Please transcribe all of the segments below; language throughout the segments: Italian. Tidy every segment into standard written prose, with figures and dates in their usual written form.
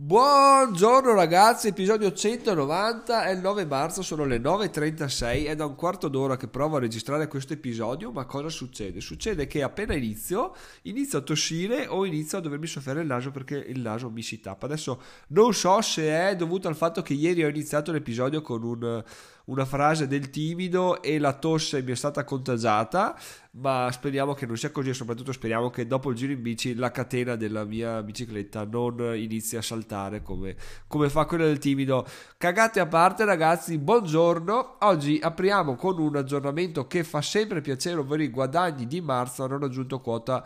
Buongiorno ragazzi, episodio 190, è il 9 marzo, sono le 9:36, è da un quarto d'ora che provo a registrare questo episodio, ma cosa succede? Succede che appena inizio a tossire o inizio a dovermi soffiare il naso perché il naso mi si tappa. Adesso non so se è dovuto al fatto che ieri ho iniziato l'episodio con una frase del timido e la tosse mi è stata contagiata, ma speriamo che non sia così e soprattutto speriamo che dopo il giro in bici la catena della mia bicicletta non inizi a saltare come fa quella del timido. Cagate a parte ragazzi, buongiorno. Oggi apriamo con un aggiornamento che fa sempre piacere, ovvero i guadagni di marzo hanno raggiunto quota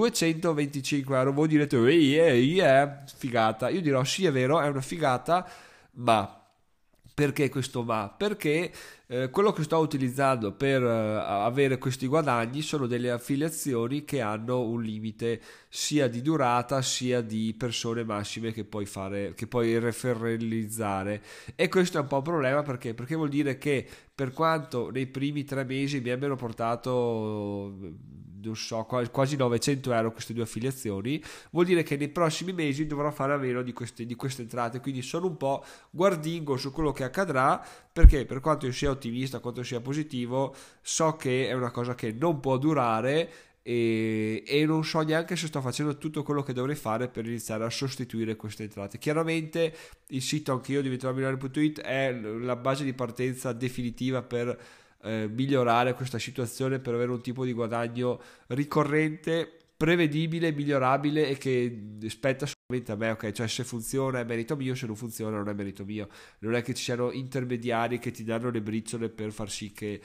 225 euro. Voi direte figata. Io dirò sì, è vero, è una figata, ma perché questo ma? Perché quello che sto utilizzando per avere questi guadagni sono delle affiliazioni che hanno un limite sia di durata sia di persone massime che puoi referenziare, e questo è un po' un problema perché vuol dire che per quanto nei primi 3 mesi mi abbiano portato non so, quasi 900 euro queste due affiliazioni, vuol dire che nei prossimi mesi dovrò fare a meno di queste entrate, quindi sono un po' guardingo su quello che accadrà, perché per quanto io sia ottimista, quanto sia positivo, so che è una cosa che non può durare e non so neanche se sto facendo tutto quello che dovrei fare per iniziare a sostituire queste entrate. Chiaramente il sito anch'io diventerò.it è la base di partenza definitiva per migliorare questa situazione, per avere un tipo di guadagno ricorrente, prevedibile, migliorabile e che spetta solamente a me, ok? Cioè se funziona è merito mio, se non funziona non è merito mio. Non è che ci siano intermediari che ti danno le briciole per far sì che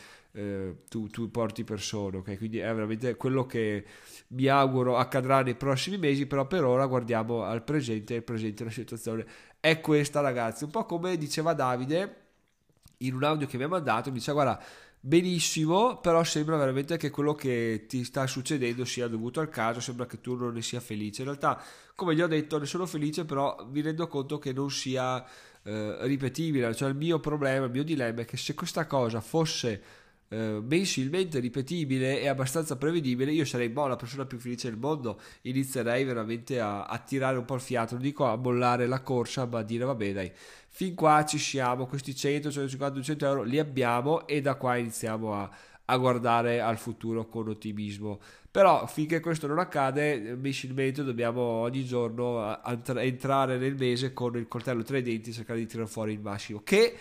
tu porti persone, ok? Quindi è veramente quello che mi auguro accadrà nei prossimi mesi, però per ora guardiamo al presente, e il presente la situazione è questa ragazzi, un po' come diceva Davide in un audio che mi ha mandato, mi dice guarda, benissimo, però sembra veramente che quello che ti sta succedendo sia dovuto al caso, sembra che tu non ne sia felice. In realtà, come gli ho detto, ne sono felice, però mi rendo conto che non sia ripetibile. Cioè il mio problema, il mio dilemma è che se questa cosa fosse mensilmente ripetibile e abbastanza prevedibile, io sarei la persona più felice del mondo, inizierei veramente a tirare un po' il fiato, non dico a mollare la corsa, ma a dire vabbè dai, fin qua ci siamo, questi 100, 150, 200 euro li abbiamo e da qua iniziamo a guardare al futuro con ottimismo. Però finché questo non accade, mensilmente dobbiamo ogni giorno entrare nel mese con il coltello tra i denti e cercare di tirare fuori il massimo.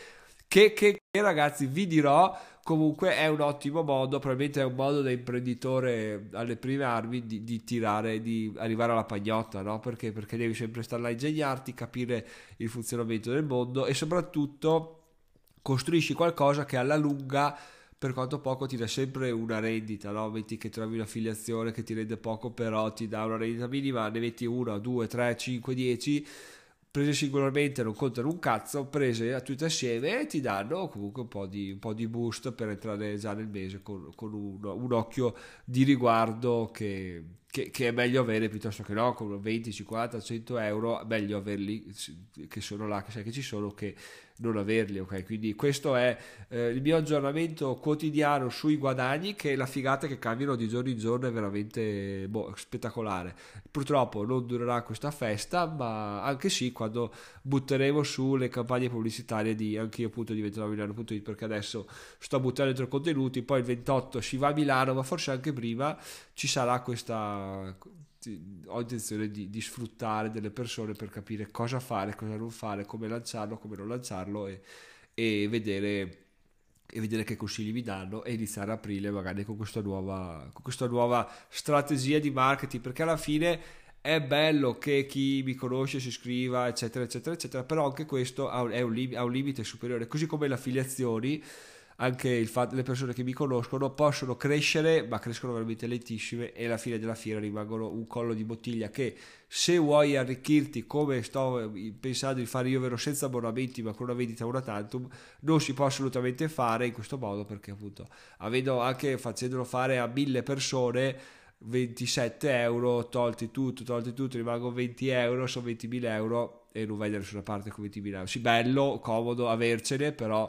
Che ragazzi vi dirò, comunque è un ottimo modo, probabilmente è un modo da imprenditore alle prime armi di tirare, di arrivare alla pagnotta, no? Perché devi sempre stare là a ingegnarti, capire il funzionamento del mondo e soprattutto costruisci qualcosa che alla lunga, per quanto poco, ti dà sempre una rendita, no? Metti che trovi un'affiliazione che ti rende poco, però ti dà una rendita minima, ne metti una, due, tre, cinque, 10, prese singolarmente non contano un cazzo, prese a tutte assieme ti danno comunque un po' di boost per entrare già nel mese con un occhio di riguardo che è meglio avere piuttosto che no, con 20, 50, 100 euro, meglio averli che sono là, che sai che ci sono, che non averli, ok? Quindi questo è il mio aggiornamento quotidiano sui guadagni, che la figata che cambiano di giorno in giorno è veramente spettacolare. Purtroppo non durerà questa festa, ma anche sì, quando butteremo su le campagne pubblicitarie di anche io appunto diventerò Milano.it, perché adesso sto buttando dentro contenuti, poi il 28 si va a Milano, ma forse anche prima ci sarà questa, ho intenzione di sfruttare delle persone per capire cosa fare, cosa non fare, come lanciarlo, come non lanciarlo e vedere che consigli mi danno e iniziare a aprile magari con questa nuova strategia di marketing, perché alla fine è bello che chi mi conosce si iscriva eccetera eccetera eccetera, però anche questo ha un limite superiore, così come le affiliazioni. Anche le persone che mi conoscono possono crescere, ma crescono veramente lentissime e alla fine della fiera rimangono un collo di bottiglia che, se vuoi arricchirti come sto pensando di fare io, ovvero senza abbonamenti ma con una vendita una tantum, non si può assolutamente fare in questo modo, perché appunto facendolo fare a 1000 persone, 27 euro tolti tutto, rimangono 20 euro, sono 20.000 euro e non vai da nessuna parte con 20.000 euro. Sì, bello, comodo avercene, però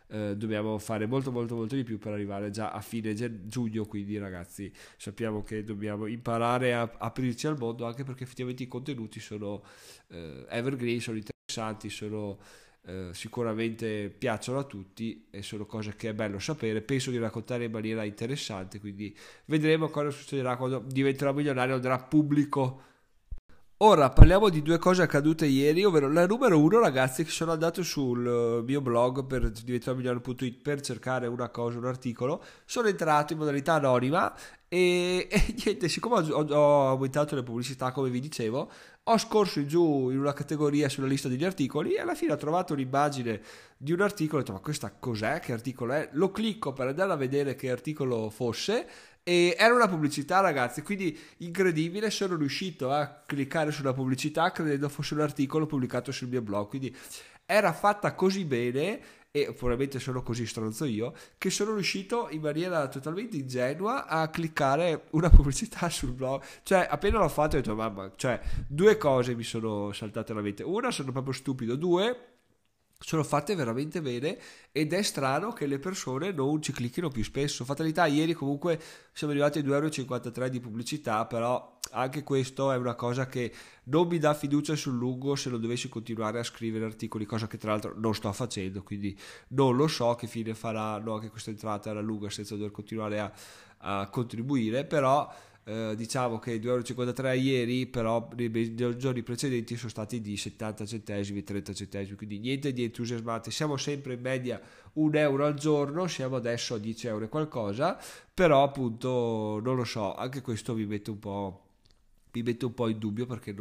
dobbiamo fare molto molto molto di più per arrivare già a fine giugno, quindi ragazzi sappiamo che dobbiamo imparare a aprirci al mondo, anche perché effettivamente i contenuti sono evergreen, sono interessanti, sono sicuramente piacciono a tutti e sono cose che è bello sapere, penso di raccontare in maniera interessante, quindi vedremo cosa succederà quando diventerò milionario, andrà pubblico. Ora parliamo di due cose accadute ieri, ovvero la numero uno, ragazzi, che sono andato sul mio blog per diventarmigliore.it per cercare una cosa, un articolo, sono entrato in modalità anonima e niente, siccome ho aumentato le pubblicità come vi dicevo, ho scorso in giù in una categoria sulla lista degli articoli e alla fine ho trovato un'immagine di un articolo, ho detto ma questa cos'è, che articolo è? Lo clicco per andare a vedere che articolo fosse e era una pubblicità, ragazzi, quindi incredibile, sono riuscito a cliccare sulla pubblicità credendo fosse un articolo pubblicato sul mio blog, quindi era fatta così bene e probabilmente sono così stronzo io che sono riuscito in maniera totalmente ingenua a cliccare una pubblicità sul blog, cioè appena l'ho fatto ho detto mamma, cioè due cose mi sono saltate alla mente, una sono proprio stupido, due sono fatte veramente bene ed è strano che le persone non ci clicchino più spesso. Fatalità, ieri comunque siamo arrivati a 2,53 € di pubblicità, però anche questo è una cosa che non mi dà fiducia sul lungo se non dovessi continuare a scrivere articoli, cosa che tra l'altro non sto facendo, quindi non lo so che fine faranno anche questa entrata alla lunga senza dover continuare a contribuire, però diciamo che 2,53 € ieri, però nei giorni precedenti sono stati di 70 centesimi, 30 centesimi, quindi niente di entusiasmante. Siamo sempre in media 1 € al giorno, siamo adesso a 10 € e qualcosa, però appunto non lo so, anche questo mi mette un po' in dubbio perché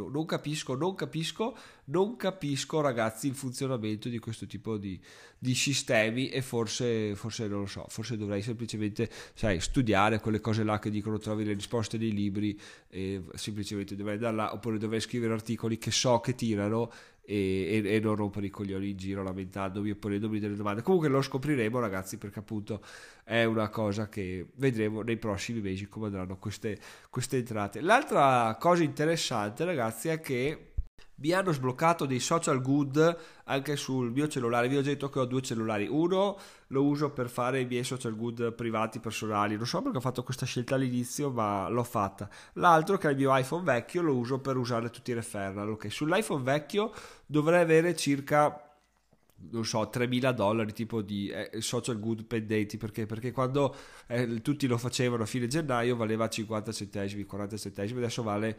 non capisco ragazzi il funzionamento di questo tipo di sistemi e forse non lo so, forse dovrei semplicemente sai, studiare quelle cose là che dicono trovi le risposte nei libri e semplicemente dovrei andare là oppure dovrei scrivere articoli che so che tirano e non rompere i coglioni in giro lamentandomi e ponendomi delle domande. Comunque lo scopriremo ragazzi perché appunto è una cosa che vedremo nei prossimi mesi come andranno queste entrate. L'altra cosa interessante ragazzi è che mi hanno sbloccato dei social good anche sul mio cellulare. Vi ho detto che ho due cellulari, uno lo uso per fare i miei social good privati personali, non so perché ho fatto questa scelta all'inizio ma l'ho fatta. L'altro che è il mio iPhone vecchio lo uso per usare tutti i referral. Ok, sull'iPhone vecchio dovrei avere circa non so, $3.000 tipo di social good pendenti perché quando tutti lo facevano a fine gennaio valeva 50 centesimi, 40 centesimi, adesso vale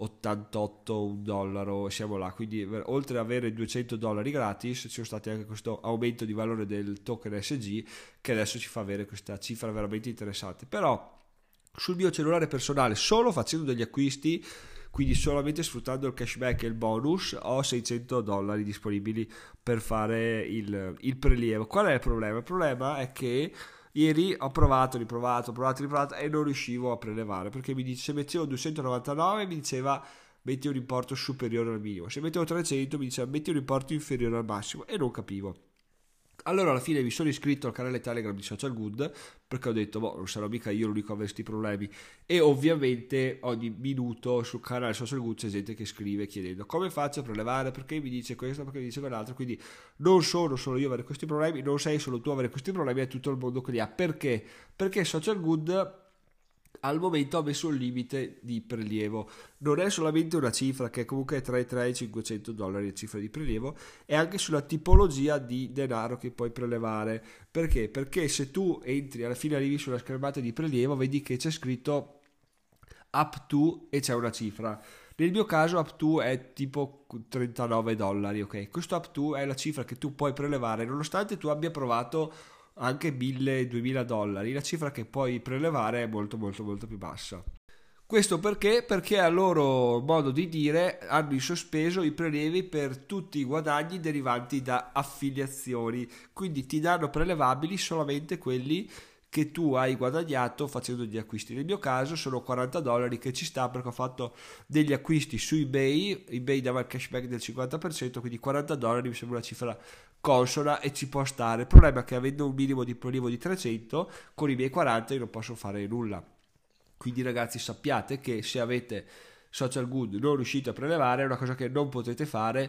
88 un dollaro, siamo là, quindi oltre ad avere $200 gratis ci sono stati anche questo aumento di valore del token SG che adesso ci fa avere questa cifra veramente interessante. Però sul mio cellulare personale solo facendo degli acquisti, quindi solamente sfruttando il cashback e il bonus, ho $600 disponibili per fare il prelievo. Qual è il problema? Il problema è che ieri ho provato, riprovato e non riuscivo a prelevare perché mi dice se mettevo 299 mi diceva metti un importo superiore al minimo, se mettevo 300 mi diceva metti un importo inferiore al massimo e non capivo. Allora alla fine mi sono iscritto al canale Telegram di Social Good perché ho detto boh, non sarò mica io l'unico a avere questi problemi e ovviamente ogni minuto sul canale Social Good c'è gente che scrive chiedendo come faccio a prelevare, perché mi dice questo, perché mi dice quell'altro, quindi non sono solo io a avere questi problemi, non sei solo tu a avere questi problemi, è tutto il mondo che li ha. Perché Social Good al momento ha messo un limite di prelievo, non è solamente una cifra che comunque è tra i 3 e i $500 la cifra di prelievo, è anche sulla tipologia di denaro che puoi prelevare. Perché se tu entri alla fine arrivi sulla schermata di prelievo vedi che c'è scritto up to e c'è una cifra. Nel mio caso up to è tipo $39, ok? Questo up to è la cifra che tu puoi prelevare nonostante tu abbia provato anche $1.000-2.000, la cifra che puoi prelevare è molto molto molto più bassa. Questo perché a loro modo di dire hanno in sospeso i prelievi per tutti i guadagni derivanti da affiliazioni, quindi ti danno prelevabili solamente quelli che tu hai guadagnato facendo degli acquisti. Nel mio caso sono $40 che ci sta perché ho fatto degli acquisti su eBay dava il cashback del 50%, quindi $40 mi sembra una cifra consona e ci può stare. Il problema è che avendo un minimo di prelievo di 300 con i miei 40 io non posso fare nulla. Quindi ragazzi sappiate che se avete social good non riuscite a prelevare è una cosa che non potete fare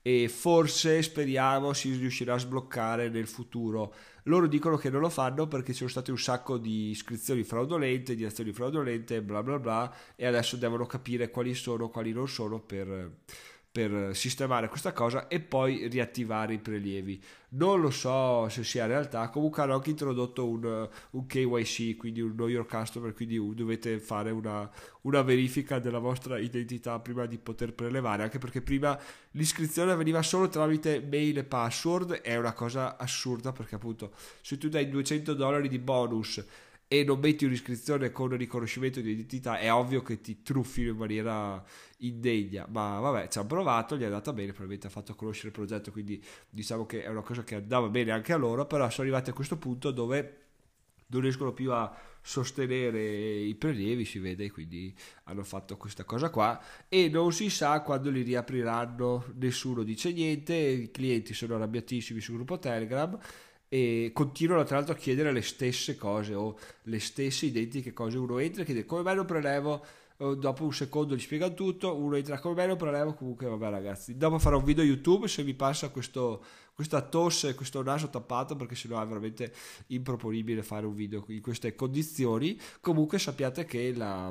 e forse speriamo si riuscirà a sbloccare nel futuro. Loro dicono che non lo fanno perché ci sono state un sacco di iscrizioni fraudolente, di azioni fraudolente, bla bla bla, e adesso devono capire quali sono, quali non sono per sistemare questa cosa e poi riattivare i prelievi. Non lo so se sia realtà, comunque hanno anche introdotto un KYC, quindi un Know Your Customer, quindi dovete fare una verifica della vostra identità prima di poter prelevare, anche perché prima l'iscrizione avveniva solo tramite mail e password, è una cosa assurda perché appunto se tu dai $200 di bonus e non metti un'iscrizione con un riconoscimento di identità è ovvio che ti truffino in maniera indegna, ma vabbè, ci hanno provato, gli è andata bene, probabilmente ha fatto conoscere il progetto, quindi diciamo che è una cosa che andava bene anche a loro, però sono arrivati a questo punto dove non riescono più a sostenere i prelievi, si vede, quindi hanno fatto questa cosa qua e non si sa quando li riapriranno, nessuno dice niente, i clienti sono arrabbiatissimi sul gruppo Telegram e continuano tra l'altro a chiedere le stesse cose o le stesse identiche cose. Uno entra e chiede come mai non prelevo, dopo un secondo gli spiegano tutto, uno entra come mai non prelevo, comunque vabbè ragazzi, dopo farò un video YouTube se mi passa questa tosse, questo naso tappato, perché sennò è veramente improponibile fare un video in queste condizioni. Comunque sappiate che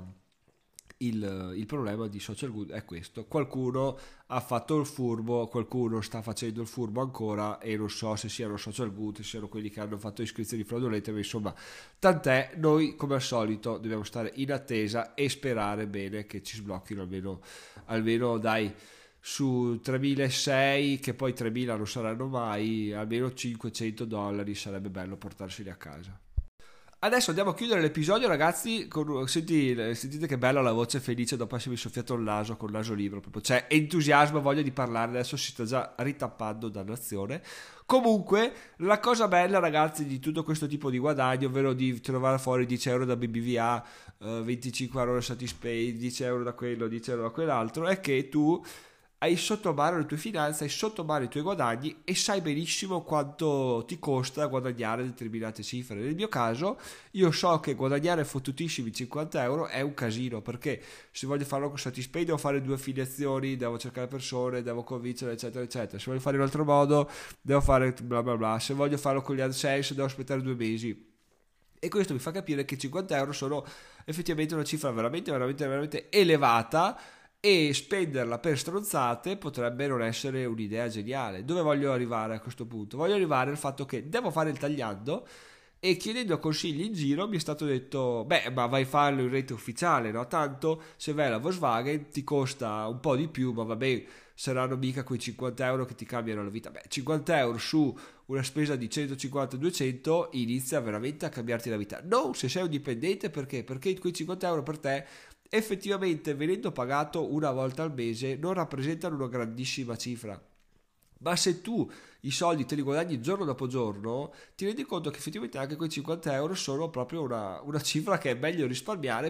il problema di Social Good è questo: qualcuno ha fatto il furbo, qualcuno sta facendo il furbo ancora e non so se siano Social Good, se siano quelli che hanno fatto iscrizioni fraudolente, ma insomma tant'è, noi come al solito dobbiamo stare in attesa e sperare bene che ci sblocchino almeno dai su 3.600, che poi 3.000 non saranno mai, almeno $500 sarebbe bello portarseli a casa. Adesso andiamo a chiudere l'episodio, ragazzi. Sentite che bella la voce felice dopo essermi soffiato il naso con il naso libero. Proprio c'è entusiasmo, voglia di parlare. Adesso si sta già ritappando dannazione. Comunque, la cosa bella, ragazzi, di tutto questo tipo di guadagno, ovvero di trovare fuori 10 euro da BBVA, 25 euro da Satispay, 10 euro da quello, 10 euro da quell'altro, è che tu hai sotto mano le tue finanze, hai sotto mano i tuoi guadagni e sai benissimo quanto ti costa guadagnare determinate cifre. Nel mio caso io so che guadagnare fottutissimi 50 euro è un casino, perché se voglio farlo con Satispay devo fare 2 affiliazioni, devo cercare persone, devo convincere, eccetera eccetera. Se voglio fare in un altro modo devo fare bla bla bla, se voglio farlo con gli AdSense devo aspettare 2 mesi. E questo mi fa capire che 50 euro sono effettivamente una cifra veramente veramente veramente elevata, e spenderla per stronzate potrebbe non essere un'idea geniale. Dove voglio arrivare a questo punto? Voglio arrivare al fatto che devo fare il tagliando e chiedendo consigli in giro mi è stato detto beh, ma vai a farlo in rete ufficiale, no? Tanto se vai alla Volkswagen ti costa un po' di più, ma vabbè, saranno mica quei 50 euro che ti cambiano la vita. Beh, 50 euro su una spesa di 150-200 inizia veramente a cambiarti la vita. Non se sei un dipendente, perché quei 50 euro per te effettivamente, venendo pagato una volta al mese, non rappresentano una grandissima cifra. Ma se tu i soldi te li guadagni giorno dopo giorno, ti rendi conto che effettivamente anche quei 50 euro sono proprio una cifra che è meglio risparmiare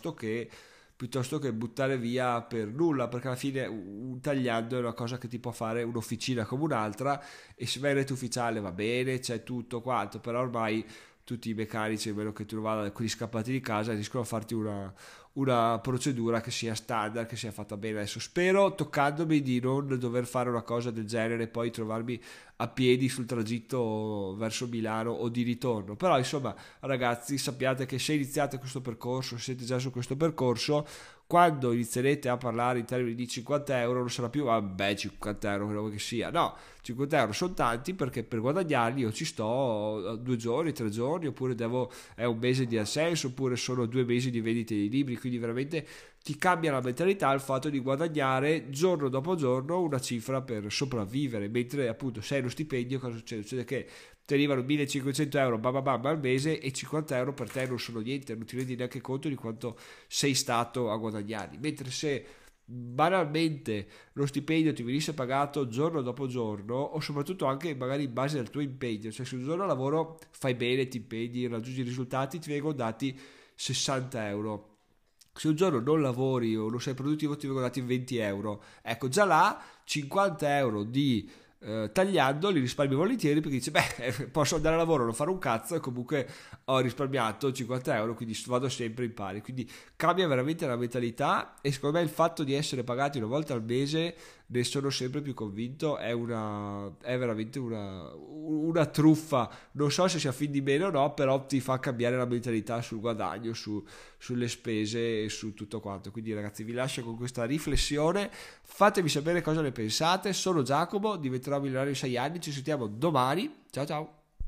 piuttosto che buttare via per nulla, perché alla fine un tagliando è una cosa che ti può fare un'officina come un'altra, e se vai in rete ufficiale va bene, c'è tutto quanto, però ormai tutti i meccanici, a meno che tu vada con gli scappati di casa, riescono a farti una procedura che sia standard, che sia fatta bene. Adesso spero, toccandomi, di non dover fare una cosa del genere e poi trovarmi a piedi sul tragitto verso Milano o di ritorno. Però insomma, ragazzi, sappiate che se iniziate questo percorso, se siete già su questo percorso, quando inizierete a parlare in termini di 50 euro non sarà più vabbè 50 euro quello che sia, no, 50 euro sono tanti, perché per guadagnarli io ci sto 2 giorni, 3 giorni, oppure è un mese di assenso, oppure sono 2 mesi di vendite di libri, quindi veramente ti cambia la mentalità il fatto di guadagnare giorno dopo giorno una cifra per sopravvivere, mentre appunto sei uno stipendio, cosa succede? Succede che ti arrivano 1500 euro bam bam bam al mese e 50 euro per te non sono niente, non ti rendi neanche conto di quanto sei stato a guadagnarli, mentre se banalmente lo stipendio ti venisse pagato giorno dopo giorno, o soprattutto anche magari in base al tuo impegno, cioè se un giorno lavoro fai bene, ti impegni, raggiungi i risultati, ti vengono dati 60 euro. Se un giorno non lavori o non sei produttivo ti vengono dati 20 euro. Ecco, già là 50 euro di tagliando li risparmi volentieri, perché dice beh, posso andare a lavoro, non fare un cazzo e comunque ho risparmiato 50 euro, quindi vado sempre in pari. Quindi cambia veramente la mentalità, e secondo me il fatto di essere pagati una volta al mese ne sono sempre più convinto, è veramente una truffa. Non so se sia fin di meno o no, però ti fa cambiare la mentalità sul guadagno, sulle spese e su tutto quanto. Quindi ragazzi, vi lascio con questa riflessione, fatemi sapere cosa ne pensate. Sono Giacomo, diventerò milionario in 6 anni, ci sentiamo domani, ciao ciao.